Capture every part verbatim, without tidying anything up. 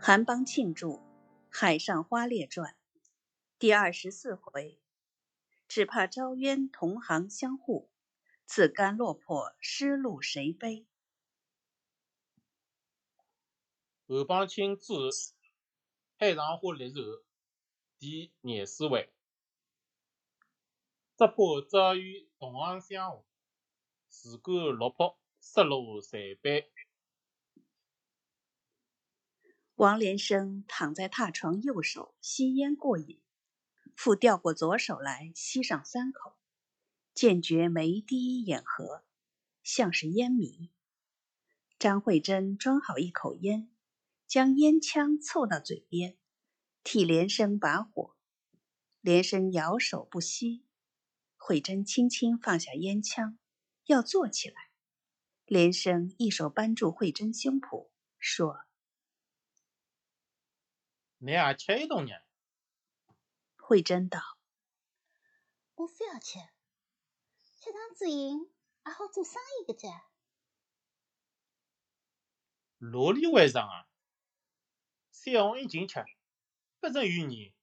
韩邦庆著《海上花列传》第二十四回，只怕招冤同行相护，自甘落魄失路谁背。 韩邦庆著《海上花列传》第廿四回，只怕招冤同行相护，自甘落魄失路谁背。 王连生躺在榻床右手吸烟过瘾，复调过左手来吸上三口，渐觉眉低眼合，像是烟迷。张慧珍装好一口烟，将烟枪凑到嘴边，替连生把火。连生摇手不吸，慧珍轻轻放下烟枪，要坐起来。连生一手扳住慧珍胸脯，说： 你也吃一顿呢？ 慧珍道： 我非要吃，吃上主人也好做生意个啫。 萝莉为上啊？小红已经吃，不成怨言。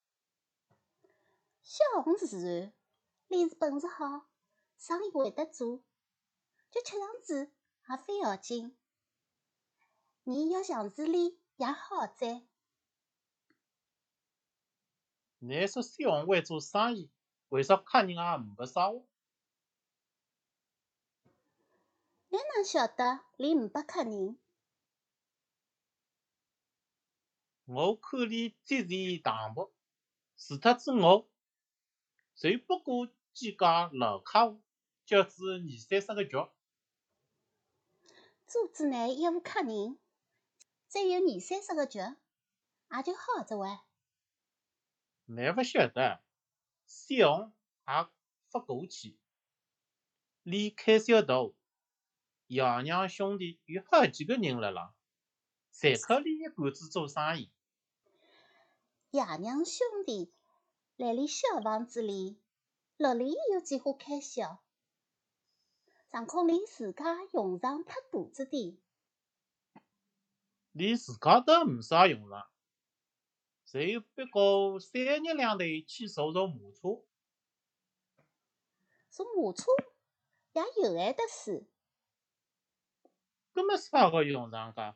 小红自然，脸是本事好，生意会得做，就吃上嘴也非要紧。你要强子里也好哉。 你说小红会做生意，为啥客人也没不少？ 你哪晓得里五百客人？ 我看你积极淡薄，除脱子我，就不过几家老客户，叫子二三十个局。 做子内一户客人，再有二三十个局，也就好着哇。 你不晓得，小红也发过去，里开销大，爷娘兄弟有好几个人了啦，侪靠里一管子做生意。 爷娘兄弟来里小房子里，落里有几花开销，上空里自家用上太大子点。 连自家都没啥用场，只有别个三日两头去坐坐马车。 坐马车也有闲得事， 搿么啥个用场噶？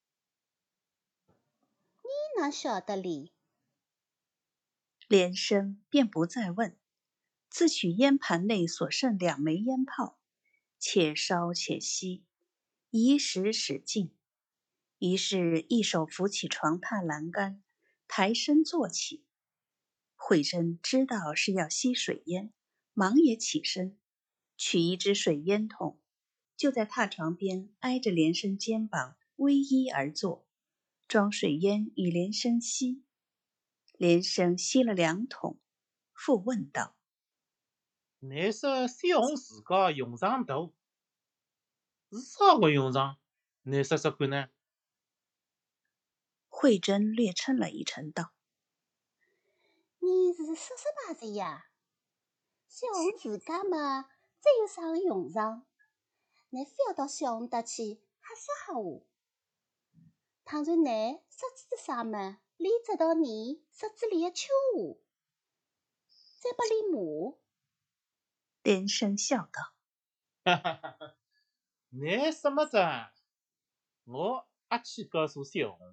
你哪晓得哩？ 连生便不再问，自取烟盘内所剩两枚烟炮，且烧且吸，宜时使尽。于是一手扶起床榻栏杆，抬身坐起。慧珍知道是要吸水烟，忙也起身，取一支水烟筒，就在榻床边挨着连生肩膀偎依而坐，装水烟与连生吸。连生吸了两桶，复问道： 你说小红自家用场大，是啥个用场？你说说看呢？ 慧珍略嗔了一声道： 你是说说吧子呀？小红自家嘛，再有啥个用场？你非要到小红搭去吓死吓我。倘若你设计的啥么，理得到你设置里的秋话，再不理骂。 连生笑道： 哈哈哈哈！你什么子？我也去告诉小红。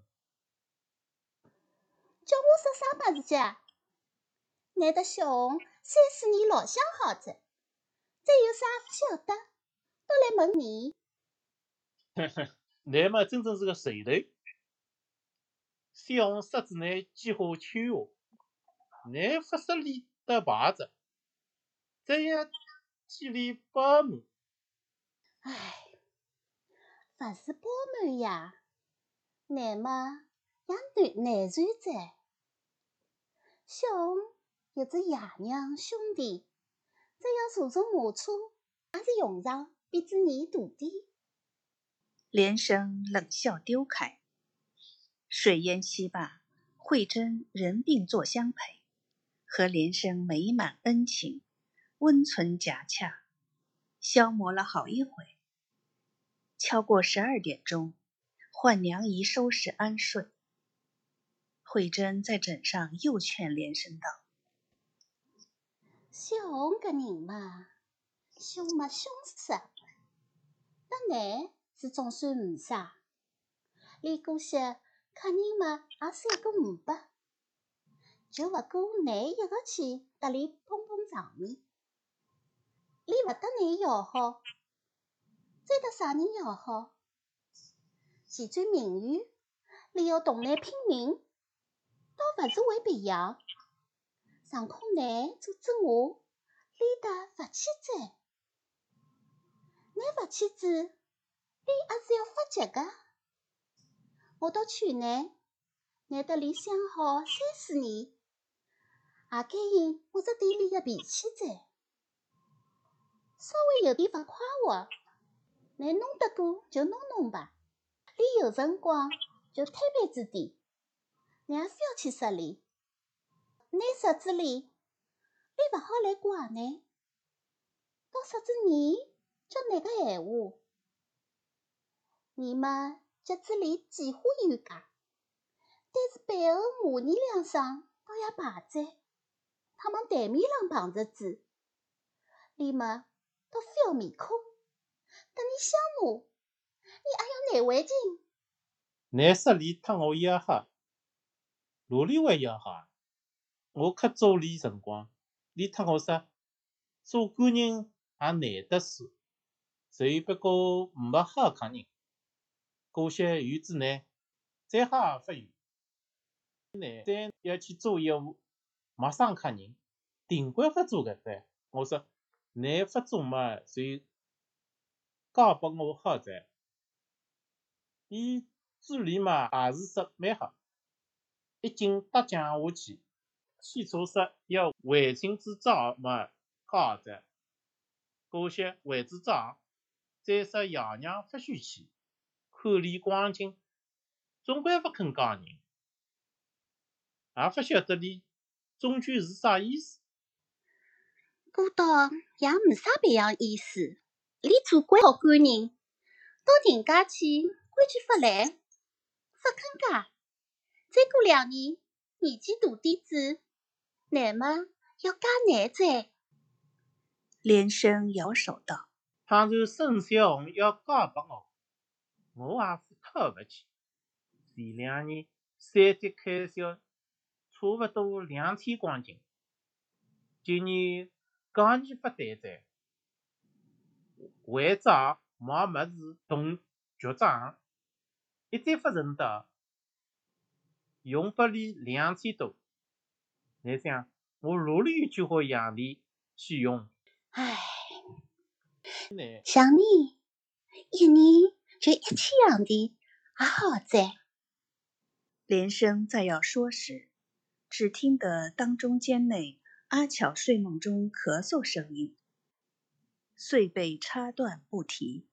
叫我说啥吧子啫？难得小红三四年老相好着，再有啥不晓得，都来问你。 呵呵，你嘛真正是个随头。小红设置你计划秋话，你不说理得牌子，这样几里包满。 唉，不是包满呀，难嘛也难难传哉。小红有着爷娘兄弟，只要坐坐马车，也是用场比之你大点。 连生冷笑丢开。水烟吸罢，慧珍人并坐相陪，和连生美满恩情，温存夹洽，消磨了好一会。敲过十二点钟，唤娘姨收拾安睡， 慧珍在枕上又劝连生道： 小红搿人嘛，凶嘛凶死，但你是总算唔傻。连姑些客人嘛也三个五百，就勿过你一个去搭里捧捧场面。你勿搭你要好，再搭啥人要好？前转名誉，你要同你拼命，倒勿是为别样。上空你做真话，练得勿气哉？你勿气子，你也是要发急个。我倒劝你，你得里想好三四年，也该赢我这店里的脾气哉。稍微有点勿快活，你弄得过就弄弄吧。你有辰光就摊牌子点，你也非要去失礼。拿十子礼，你勿好来怪你。到十子年叫哪个闲话？你嘛脚子里几乎有家，但是背后骂你两声倒也排哉。他往台面上碰着子，你嘛倒非要面孔。等你想骂，你也要难为情。 拿失礼脱我一黑，哪里会要好？我可早礼辰光，你脱我说，做官人也难得死，只有不过没吓客人。过些院子内再吓发源，内再要去做业务，没生客人，定归不做搿单。我说，你不做嘛，就交拨我好哉。伊主理嘛也是说蛮好，一经搭讲下去，汽车说要回请之早嘛交哉。过些回之早，再说爷娘不许去，看脸光景，总归不肯交人，也不晓得你终究是啥意思。 我倒也没啥别样意思。你做官好官人，到人家去规矩不来，不肯嫁。再过两年，年纪大点子，乃么要嫁难哉。 连生摇手道： 倘若孙小红要交拨我，我也是讨勿起。前两年三节开销差勿多两千光金，今年讲义不对哉。会长没么事动局长，一再不认得，用拨你两千多。你想我哪里有句好养你去用？ 唉，像你一年就一千洋钿，也好哉。 连生再要说时，只听得当中间内阿巧睡梦中咳嗽声音，遂被插断不提。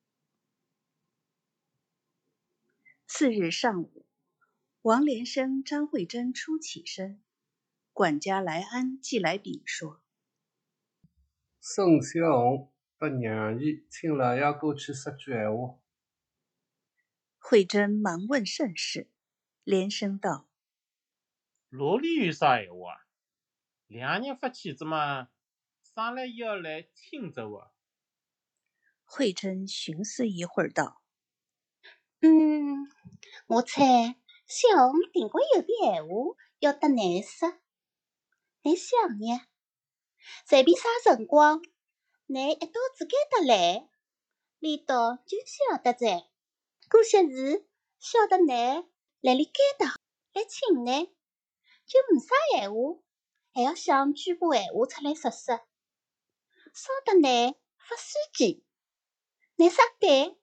次日上午，王连生、张慧珍初起身，管家来安寄来禀说： 孙小红把娘姨请了要过去说句闲话。 慧珍忙问甚事，连生道： 哪里有啥闲话啊？两日发起子嘛，上来要来庆祝啊。 慧珍寻思一会儿道： 嗯，我猜小红定归有点闲话要得难说。你想呢？随便啥辰光，你一道自家得来，理到就晓得哉。过些事晓得你来里该得来请你，就没啥闲话，还要想句把闲话出来说说，烧得你发酸劲。你啥对？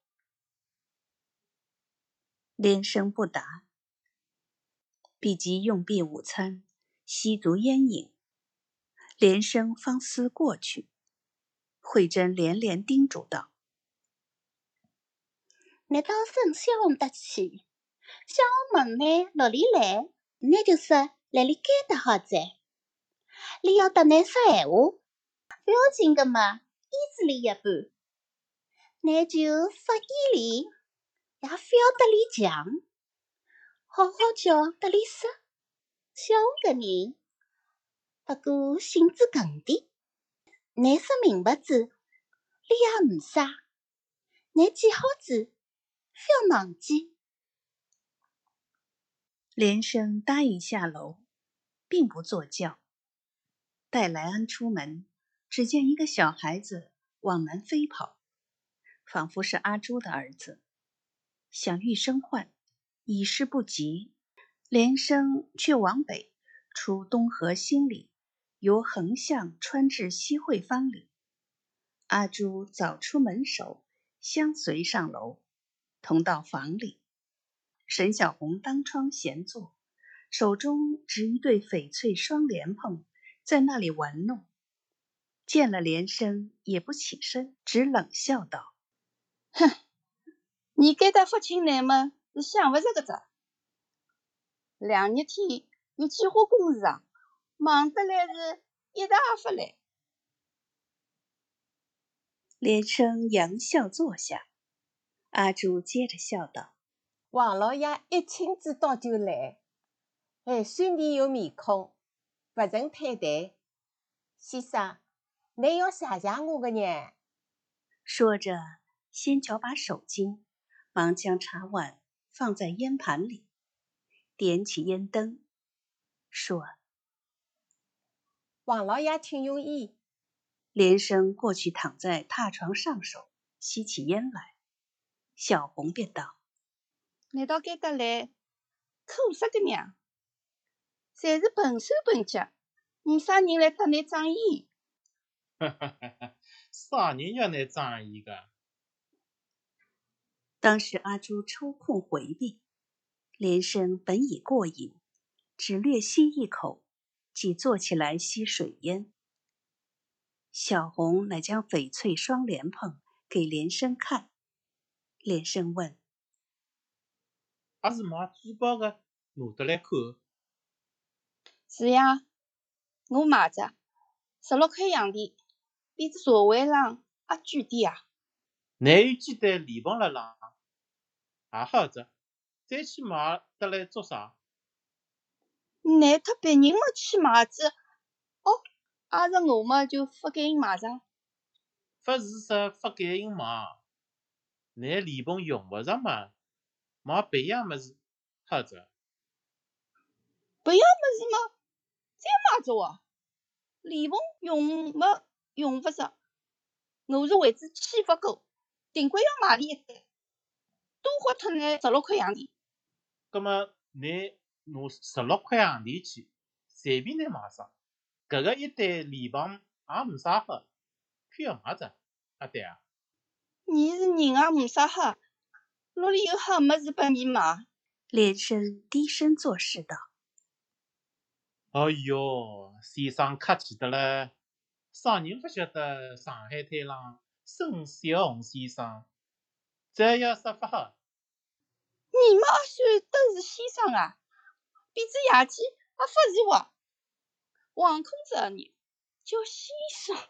连生不答，毕即用毕午餐，吸足烟瘾。连生方思过去，慧珍连连叮嘱道： 你到孙小红搭去，小红问你哪里来，你就说来里该得好哉。你要搭你说闲话，不要紧个嘛，衣子里一半，你就发衣里，也非要得里强，好好叫得里说。 小红个人，不过性子耿点。难说明白子，力也唔啥。难记好子，非要忘记。 连生答应下楼，并不坐轿。待莱安出门，只见一个小孩子往南飞跑，仿佛是阿朱的儿子。想欲生唤，已是不及。连生却往北，出东河新里，由横巷穿至西汇坊里。阿朱早出门首，相随上楼，同到房里。沈小红当窗闲坐，手中执一对翡翠双莲蓬，在那里玩弄。见了连生，也不起身，只冷笑道： 哼，你该的父亲来嘛，是想不着个只。两日天有计划公事上，忙得来是一大不来。 连生扬笑坐下。阿朱接着笑道： 王老爷一亲自到就来，还算你有面孔，不曾推谈。先生，你要谢谢我个呢。 说着，先搅把手巾，忙将茶碗放在烟盘里，点起烟灯，说： 王老爷请用意。 连生过去躺在榻床上手，吸起烟来。小红便道： 难道该得来可惜个娘，侪是笨手笨脚，没啥人来搭你仗义。 哈哈哈哈，啥人要来仗义个？ 当时阿朱抽空回避，连生本已过瘾，只略吸一口，即坐起来吸水烟。小红乃将翡翠双莲蓬给连生看，连生问： 还是买珠宝个拿得来看？ 是呀，我买着，十六块洋钿，比这社会上还贵点啊。 你有几袋莲蓬辣浪，也好着，再去买得来做啥？ 难特别人没去买子，哦，也是我嘛就发给人买上。 发是说发给人买，你莲蓬用不着嘛，买别样么子好着。 别样么事嘛，再买着啊。莲蓬用么用不着，我是为之气不够，定归要买里一袋，多花脱眼十六块洋钿。 葛么你拿十六块洋钿去，随便来买啥？搿个一袋莲蓬也没啥好，偏要买着，阿对啊？ 你是人也没啥好，屋里有好么事拨你买。 连生低声作势道： 哎哟，先生客气得了，啥人不晓得上海滩浪沈小红先生？这要说法好。 你们也算都是先生啊，比之夜间也不是话。横空这人叫先生。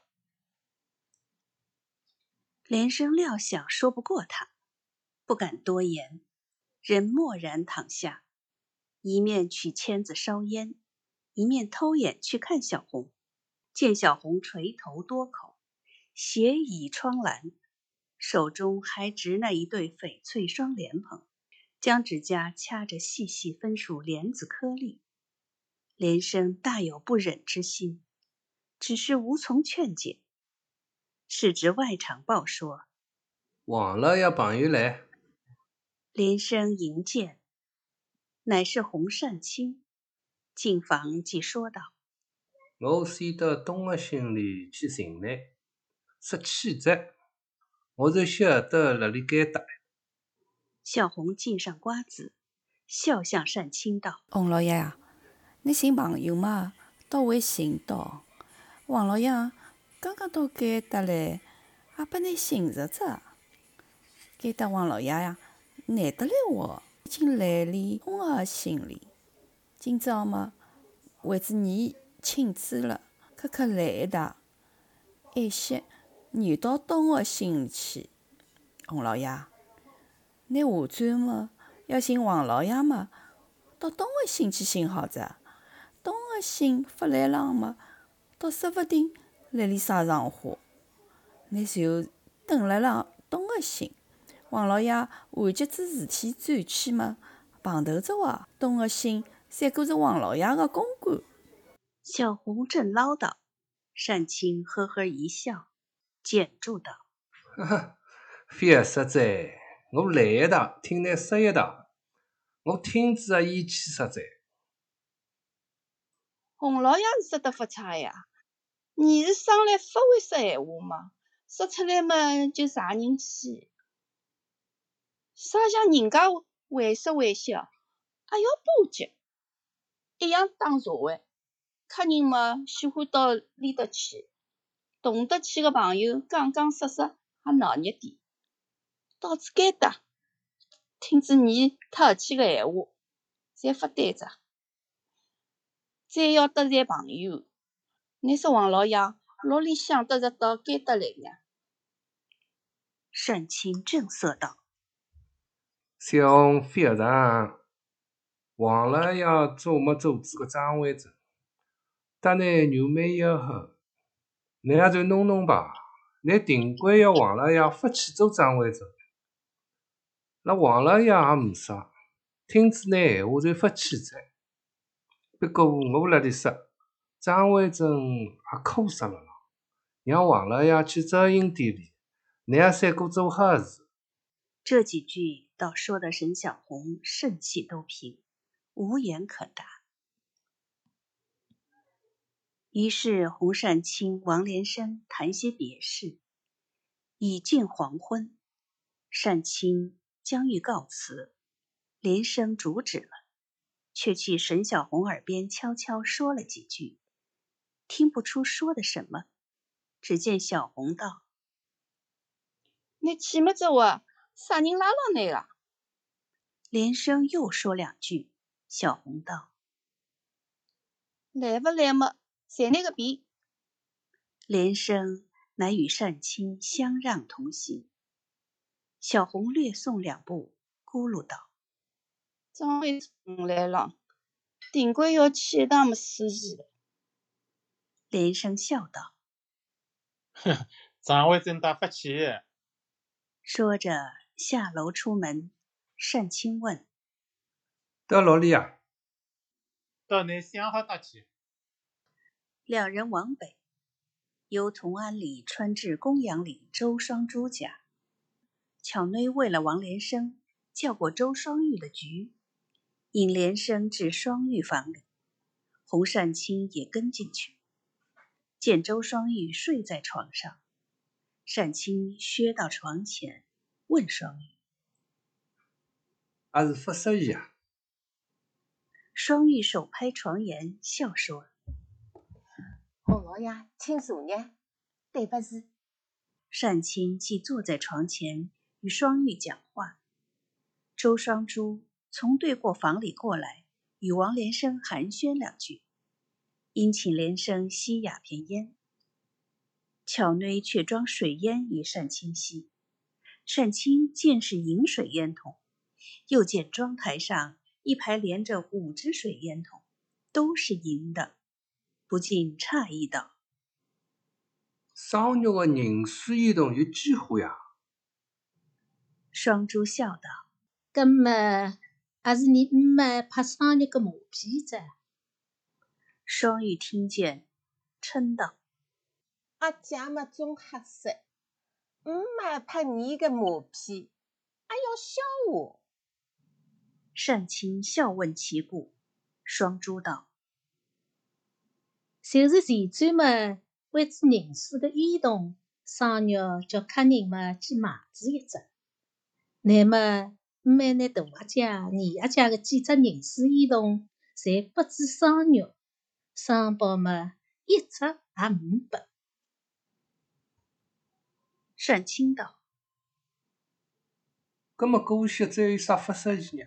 连生料想说不过他，不敢多言，仍默然躺下，一面取签子烧烟，一面偷眼去看小红。见小红垂头多口，斜倚窗栏，手中还执那一对翡翠双莲蓬，将指甲掐着细细分数莲子颗粒。连生大有不忍之心，只是无从劝解。是值外场报说王老爷朋友来。 连生迎见，乃是洪善卿。进房即说道： 我先到东河新里去寻你，说气质，我就晓得辣里该搭。 小红进上瓜子，笑向善卿道： 洪老爷啊，你寻朋友嘛，倒会寻到。王老爷刚刚到该搭来，也拨你寻着着。该搭王老爷呀，难得来活，已经来里东河新里。今朝嘛，为子你请旨了，刻刻来一趟，一歇绕到东河新里去。洪老爷，你下转嘛，要寻王老爷嘛，到东河新去寻好着。 个信发来了嘛，倒说不定来里啥场花。那就等辣了东个信。王老爷缓急子事体转去嘛，碰头着话，东个信侪过着王老爷个公馆。 小红正唠叨，单青呵呵一笑，简住道：“ 呵呵，非要实在，我来一趟，听你说一趟，我听子个意气实在。” 洪老爷是说得不差呀，你是生来不会说闲话嘛，说出来嘛就啥人气。啥像人家会说会笑，还要巴结，一样打茶会。客人嘛喜欢到里头去，动得起个朋友讲讲说说也闹热点。到处该搭，听着你太客气个闲话，侪发呆着。再要得罪朋友，你说王老爷哪里想得着到该搭来呢？ 单青正色道：“ 小红非要上，王老爷做没做主个张会者，搭呢肉蛮要好，你也就弄弄吧。你定归要王老爷发起做张会者，那王老爷也没啥，听子呢闲话就发气在。不过我辣里说，张会正也可惜了咯，让王老爷去招引典礼，你也三个做好事。” 这几句倒说得沈小红盛气都平，无言可答。于是洪善清、王连生谈些别事。已近黄昏，善清将欲告辞，连生阻止了，却去沈小红耳边悄悄说了几句，听不出说的什么，只见小红道：“ 你去么子话，啥人拉牢你个？” 连生又说两句，小红道：“ 来不来么，随你个便。” 连生乃与善清相让同行。小红略送两步，咕噜道：“ 张会正来了，定归要去一趟么司仪了。” 连生笑道：“ 哼，张会正打发气。” 说着下楼出门。单青问：“ 到哪里呀？”“ 到你想好搭去。” 两人往北，由同安里穿至公羊里周双珠家。巧内为了王连生，叫过周双玉的局，引连生至双玉房里，洪善清也跟进去。见周双玉睡在床上，善清薛到床前，问双玉：“ 还是发生意啊？” 双玉手拍床沿，笑说：“ 洪老爷，请坐呢，对不是？” 单青即坐在床前与双玉讲话。周双珠从对过房里过来，与王连生寒暄两句，因请连生吸鸦片烟。巧内却装水烟与单青吸，单青见是银水烟筒，又见妆台上一排连着五只水烟筒，都是银的，不禁诧异道：“ 生肉个银丝烟筒有几伙呀？” 双珠笑道：“ 搿么还是你姆妈拍生日个马屁子。” 双玉听见，嗔道：“ 阿姐么总黑色，姆妈拍你个马屁，还要笑话。” 单青笑问其故，双珠道：“ 就是前转嘛，为只银丝个烟筒，生日叫客人嘛去买子一只。乃么姆妈拿大阿姐、二阿姐个几只银丝烟筒，侪拨子生日，生宝嘛一只也没拨。” 单青道：“ 搿么过些再有啥发生意呢？”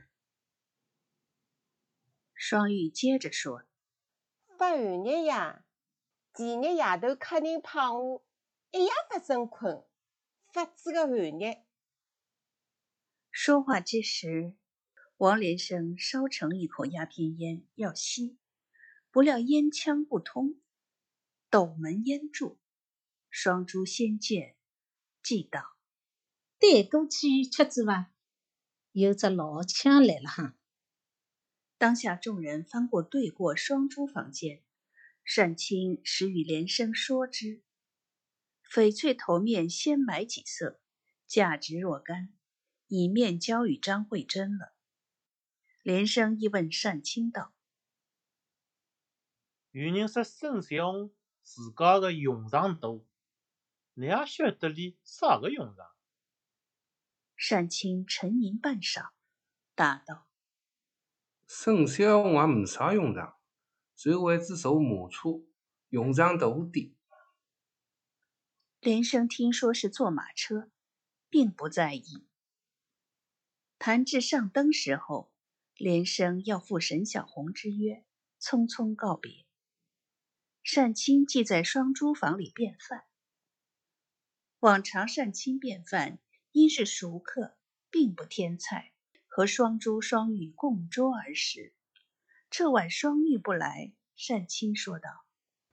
双玉接着说：“ 发寒日呀，前日夜头客人碰我，一夜不曾困，发子个寒日。” 说话之时，王连生烧成一口鸦片烟要吸， 不料烟枪不通，斗门烟住。双珠先见，记道： 带过去吃子伐？有只老枪来了哈。 当下众人翻过对过双珠房间，单卿时与连生说之。翡翠头面先买几色，价值若干，以面交与张慧珍了。连生亦问单卿道： 有人说孙小红自家的用场大，你也晓得里啥个用场？ 单卿沉吟半晌，答道： 孙小红也没啥用场，就为只坐马车，用场大点。 连生听说是坐马车，并不在意。谈至上灯时候，连生要赴沈小红之约，匆匆告别。单卿即在双珠房里便饭。往常单卿便饭，因是熟客，并不添菜，和双珠、双玉共桌而食。这晚双玉不来，单卿说道：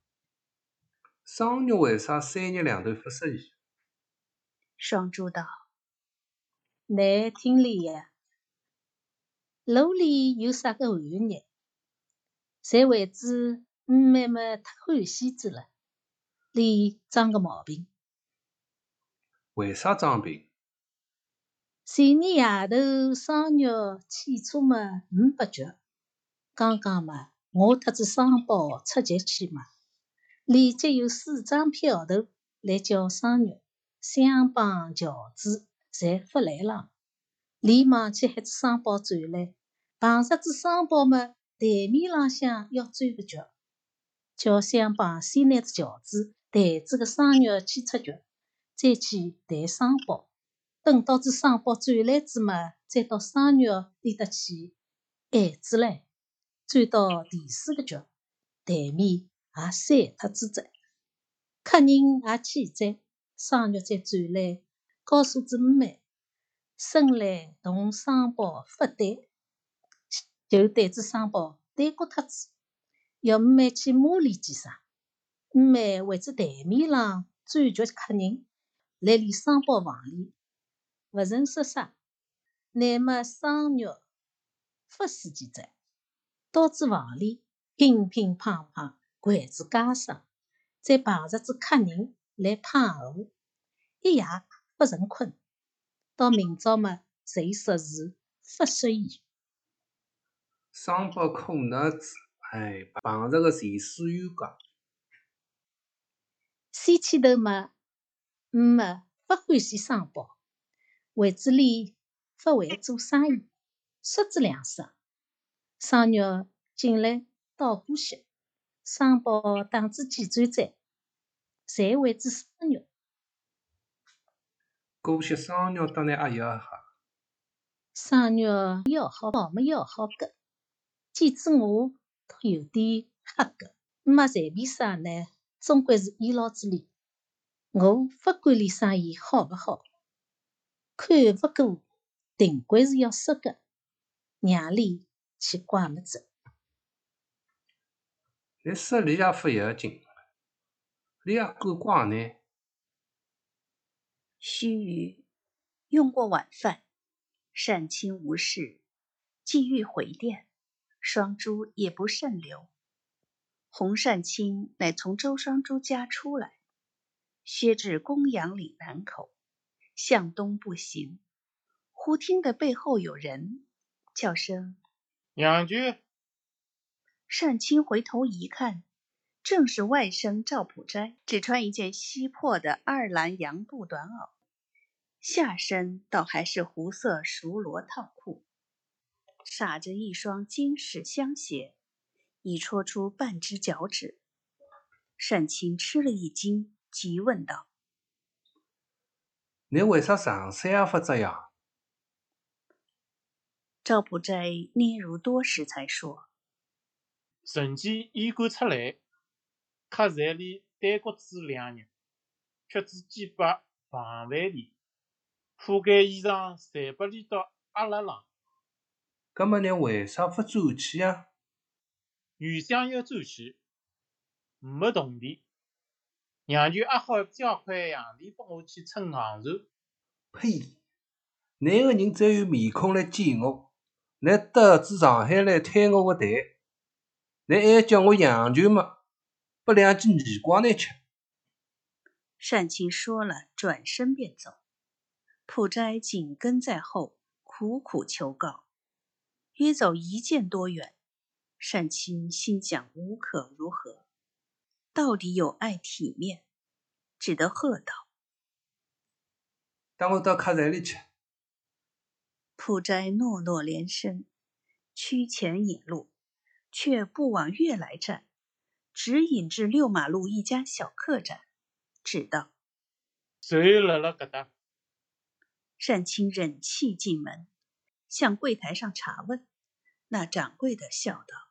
双玉为啥三日两头不适宜？ 双珠道： 乃听里呀，楼里有啥个寒日，才为知五妹妹太欢喜子了，里装个毛病。 为啥装病？ 前日夜头双玉汽车嘛五八脚，刚刚嘛我特子双宝出集去嘛，里只有四张票头来叫双玉，相帮轿子侪发来了。连忙去喊只双宝转来，碰着只双宝嘛台面浪向要转个脚，叫相帮先拿只轿子抬着个双玉去出脚，再去抬双宝。等到只双宝转来子嘛，再到双玉里搭去挨子来，转到第四个脚，台面也散脱子只，客人也去载，双玉再转来，告诉只五妹，生来同双宝发对，就对只双宝对过脱子，要五妹去马里见啥？五妹为只台面浪转脚客人来里双宝房里，不曾说啥，乃末双玉发死几只，到至房里乒乒乓乓掼至街上，再碰着只客人来攀河，一夜不成困。到明朝嘛，谁说是发失意？ 双宝苦日子，哎，碰着个前世冤家。 先起头嘛，五妹不欢喜双宝，为子里不会做生意，说之两声。双玉进来道过歇，双宝打至几转债，侪为之双玉。 过歇双玉当然也要喝。 双玉要好，倒没要好个，见子我倒有点吓个。没随便啥呢，总归是伊老子里。我不管里生意好不好，看不过，定归是要说个，让里去怪么子。 你说里也不要紧，你也管怪呢？ 须臾，用过晚饭，单卿无事，既欲回殿，双珠也不甚留。洪单卿乃从周双珠家出来，薛至公羊里南口，向东步行，忽听得背后有人叫声娘舅。 单卿回头一看，正是外甥赵普斋，只穿一件稀破的二蓝洋布短袄，下身倒还是胡色熟罗套裤，撒着一双金饰香鞋，已戳出半只脚趾。单卿吃了一惊，急问道： 你为啥上山也不这样？ 赵普斋嗫嚅多时才说： 陈见衣冠出来，客在里待过子两日，却只几百房饭钿，铺盖衣裳侪不理到阿拉郎。 葛么你为啥不转去呀？ 原想要转去，没动地，娘就压好交块洋钿拨我去称行船。 呸！你个人只有面孔来见我，你得知上海来推我个台，你还叫我洋球嘛？拨两记泥瓜来吃。 单青说了，转身便走。朴斋紧跟在后，苦苦求告。约走一箭多远，单青心讲无可如何，到底有碍体面，只得喝道： 带我到客栈里去。 朴斋诺诺连声，趋前引路，却不往悦来站，直引至六马路一家小客栈，指道： 谁辣辣搿搭？ 单青忍气进门，向柜台上查问。那掌柜的笑道：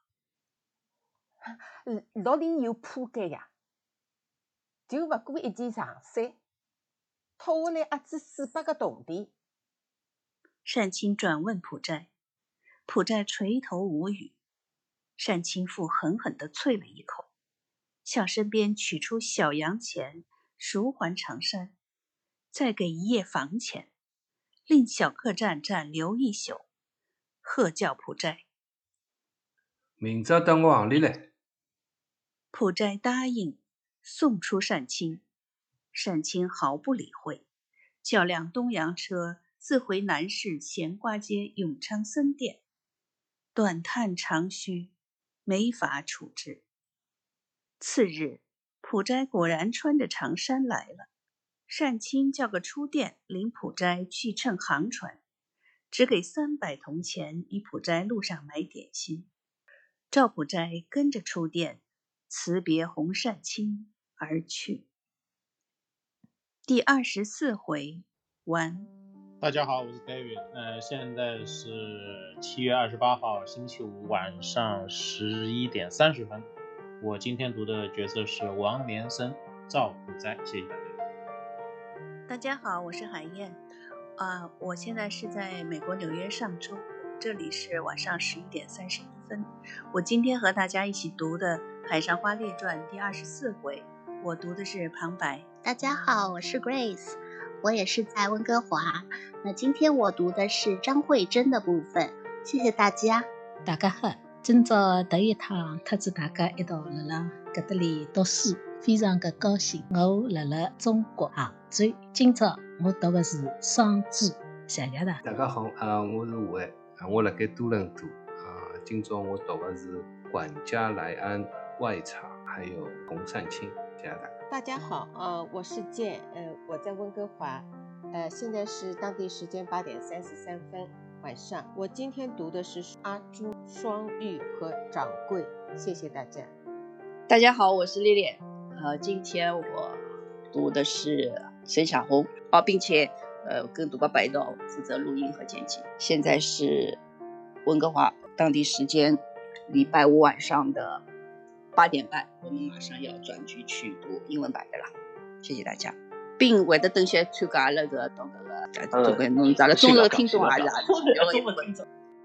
哪里有铺盖呀？就勿过一件长衫，脱下来也只四百个铜钿。 单青转问朴斋，朴斋垂头无语。单青父狠狠地啐了一口，向身边取出小洋钱赎还长衫，再给一夜房钱，令小客栈暂留一宿，喝叫朴斋： 明朝到我行里来。 朴斋答应，送出单青。单青毫不理会，叫辆东洋车自回南市咸瓜街永昌僧店。短叹长吁，没法处置。次日，朴斋果然穿着长衫来了。单青叫个出店，领朴斋去乘航船，只给三百铜钱，与朴斋路上买点心。赵朴斋跟着出店，辞别洪单青而去。第二十四回完。 大家好，我是 David， 呃，现在是七月二十八号星期五晚上十一点三十分。我今天读的角色是王连生、赵朴斋，谢谢大家。 大家好，我是海燕，啊、呃，我现在是在美国纽约上周，这里是晚上十一点三十一分。我今天和大家一起读的《海上花列传》第二十四回，我读的是旁白。 大家好，我是 Grace， 我也是在温哥华。那今天我读的是张慧珍的部分，谢谢大家。 大家好，今朝第一趟特子大家一道辣辣搿搭里读书，非常的高兴。我辣辣中国杭州，今朝我读的是《双珠》，谢谢大家。 大家好，啊，我是吴伟，啊，我辣盖多伦多，啊，今朝我读的是《管家来安》、外场，还有洪单青，谢谢大家。 大家好，呃，我是健，呃，我在温哥华，呃，现在是当地时间八点三十三分晚上。我今天读的是阿朱、双玉和掌柜，谢谢大家。 大家好，我是丽丽，呃，今天我读的是沈小红，哦，并且呃跟读爸爸一道负责录音和剪辑。现在是温哥华当地时间礼拜五晚上的八点半，我们马上要转局去读英文版的了，谢谢大家，并会得等些参加那个到那个，这个侬咱的中文听众啊，中文听众。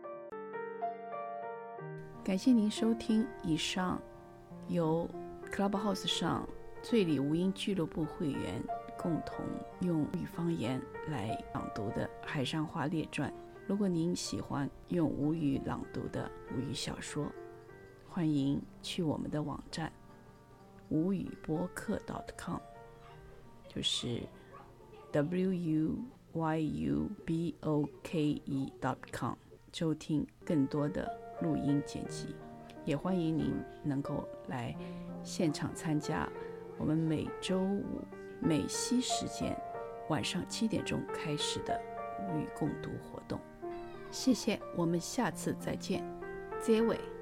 感谢您收听以上由 Clubhouse 上醉里吴音俱乐部会员共同用吴语方言来朗读的《海上花列传》。如果您喜欢用吴语朗读的吴语小说，欢迎去我们的网站吴语播客 .com， 就是 w u y u b o k e .com， 收听更多的录音剪辑。也欢迎您能够来现场参加我们每周五美西时间晚上七点钟开始的吴语共读活动。谢谢，我们下次再见，再会。